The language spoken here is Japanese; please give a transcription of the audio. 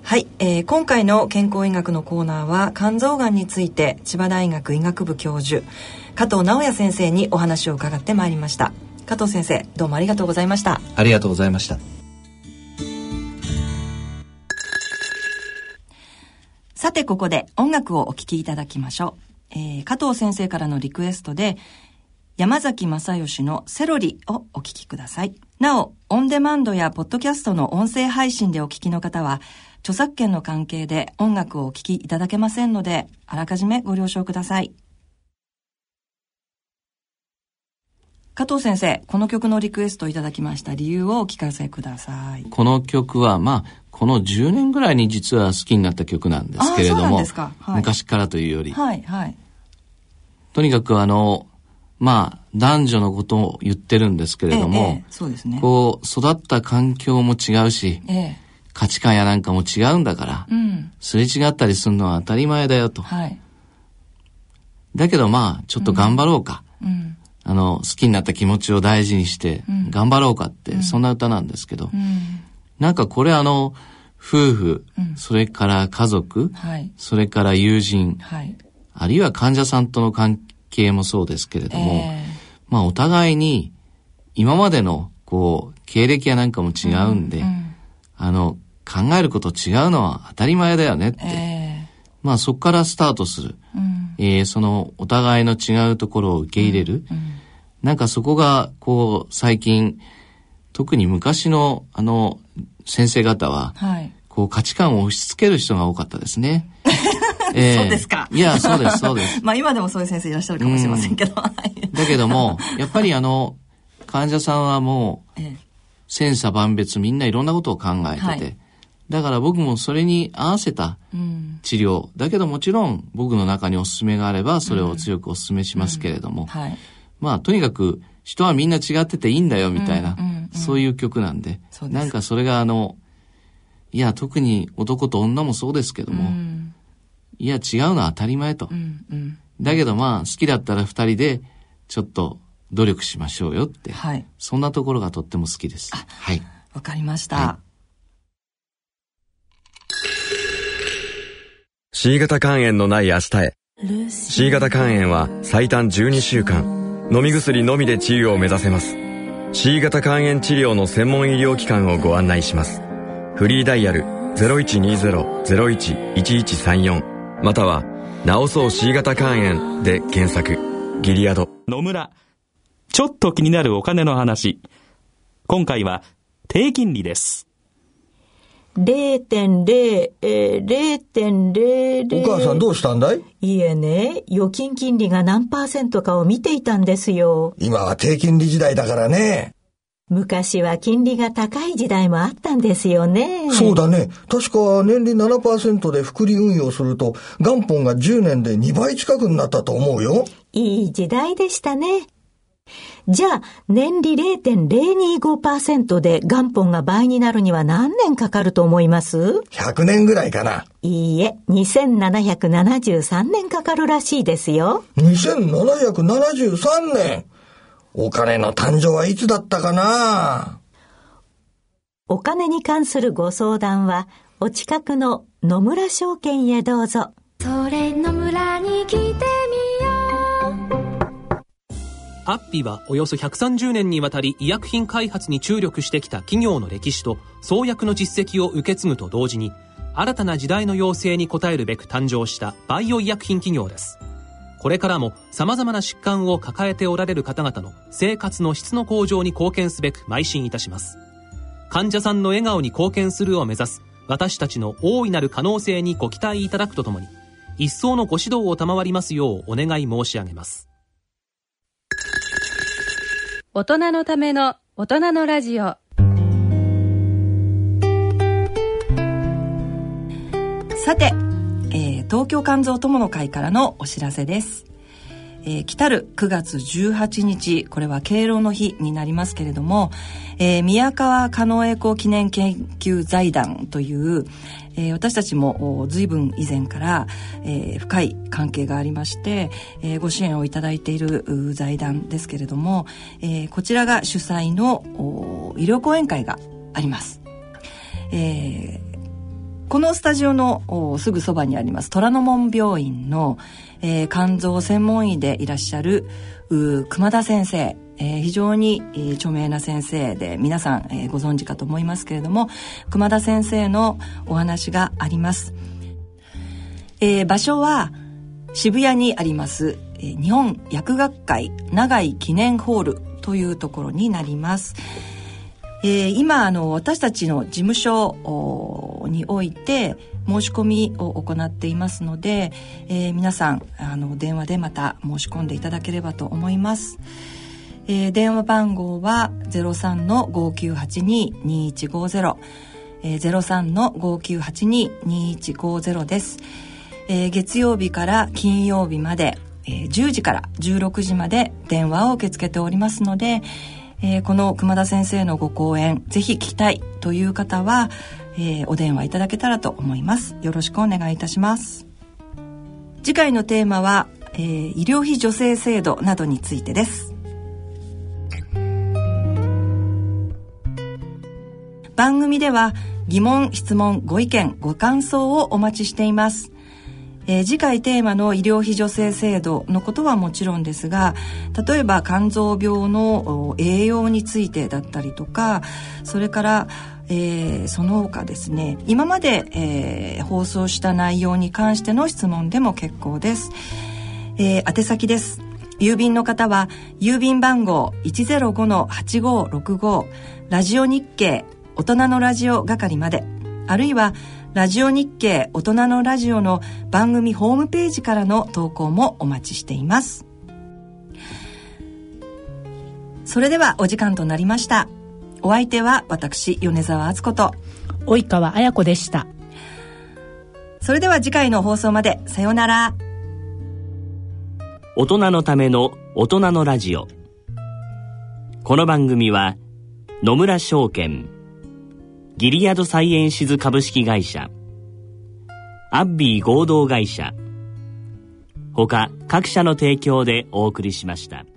はい、今回の健康医学のコーナーは肝臓がんについて千葉大学医学部教授加藤直也先生にお話を伺ってまいりました。加藤先生、どうもありがとうございました。 ありがとうございました。 さて、ここで音楽をお聴きいただきましょう。加藤先生からのリクエストで山崎正義のセロリをお聴きください。なお、オンデマンドやポッドキャストの音声配信でお聴きの方は著作権の関係で音楽をお聴きいただけませんので、あらかじめご了承ください。加藤先生、この曲のリクエストをいただきました理由をお聞かせください。 この曲はこの10年ぐらいに実は好きになった曲なんですけれども、 そうなんですか。はい、 昔からというより、 はいはい、 とにかく男女のことを言ってるんですけれども、 そうですね、 こう育った環境も違うし、価値観やなんかも違うんだから、すれ違ったりするのは当たり前だよと、はい、だけどちょっと頑張ろうか、好きになった気持ちを大事にして頑張ろうかって、そんな歌なんですけど、なんかこれ夫婦、それから家族、はい、それから友人、はい、あるいは患者さんとの関係もそうですけれども、お互いに今までの経歴やなんかも違うんで、考えること違うのは当たり前だよねって、そこからスタートする、そのお互いの違うところを受け入れる、なんかそこが最近特に昔の先生方は、はい、価値観を押し付ける人が多かったですね。 そうですか。 いや、そうですそうです。 今でもそういう先生いらっしゃるかもしれませんけど、だけどもやっぱり患者さんはもう、千差万別みんないろんなことを考えてて、はい、だから僕もそれに合わせた治療、だけどもちろん僕の中におすすめがあればそれを強くおすすめしますけれども、はい、とにかく人はみんな違ってていいんだよみたいな、そういう曲なんで、なんかそれがいや特に男と女もそうですけども、いや違うのは当たり前と、だけど好きだったら二人でちょっと努力しましょうよって、はい、そんなところがとっても好きです。はい、 わかりました。 はい、C 型肝炎のない明日へ。 C 型肝炎は最短12週間飲み薬のみで治癒を目指せます。 C 型肝炎治療の専門医療機関をご案内します。フリーダイヤル 0120-01-1134 または治そう C 型肝炎で検索。ギリアド。 野村、ちょっと気になるお金の話。今回は低金利です。 0.00。 お母さんどうしたんだい？ いえね、預金金利が何%かを見ていたんですよ。 今は低金利時代だからね。 昔は金利が高い時代もあったんですよね。 そうだね。確か年利 7% で複利運用すると元本が10年で2倍近くになったと思うよ。 いい時代でしたね。じゃあ年利 0.025% で元本が倍になるには何年かかると思います？ 100 年ぐらいかな。 いいえ、2773年かかるらしいですよ。 2773年。お金の誕生はいつだったかな。 お金に関するご相談はお近くの野村証券へどうぞ。 それ野村に来てみよう。 アッピはおよそ130年にわたり医薬品開発に注力してきた企業の歴史と創薬の実績を受け継ぐと同時に、新たな時代の要請に応えるべく誕生したバイオ医薬品企業です。これからも様々な疾患を抱えておられる方々の生活の質の向上に貢献すべく邁進いたします。患者さんの笑顔に貢献するを目指す私たちの大いなる可能性にご期待いただくとともに、一層のご指導を賜りますようお願い申し上げます。 大人のための大人のラジオ。 さて、東京肝臓友の会からのお知らせです。来たる9月18日、これは敬老の日になりますけれども、宮川狩野英孝記念研究財団という、私たちも随分以前から、深い関係がありまして、ご支援をいただいている財団ですけれども、こちらが主催の医療講演会があります。 このスタジオのすぐそばにあります虎ノ門病院の、肝臓専門医でいらっしゃる熊田先生、非常に、著名な先生で皆さん、ご存知かと思いますけれども、熊田先生のお話があります。場所は渋谷にあります、日本薬学会長井記念ホールというところになります。今私たちの事務所において申し込みを行っていますので、皆さん電話でまた申し込んでいただければと思います。電話番号は 03-5982-2150 03-5982-2150 です。月曜日から金曜日まで、10時から16時まで電話を受け付けておりますので、この熊田先生のご講演ぜひ聞きたいという方は、お電話いただけたらと思います。よろしくお願いいたします。次回のテーマは、医療費助成制度などについてです。番組では疑問、質問、ご意見、ご感想をお待ちしています。次回テーマの医療費助成制度のことはもちろんですが、例えば肝臓病の栄養についてだったりとか、それから、その他ですね、今まで、放送した内容に関しての質問でも結構です。宛先です。郵便の方は郵便番号 105-8565 ラジオ日経大人のラジオ係まで、あるいはラジオ日経大人のラジオの番組ホームページからの投稿もお待ちしています。それではお時間となりました。お相手は私米沢敦子と及川綾子でした。 それでは次回の放送まで、さようなら。 大人のための大人のラジオ。この番組は野村証券、ギリアドサイエンシズ株式会社、アッビー合同会社、他各社の提供でお送りしました。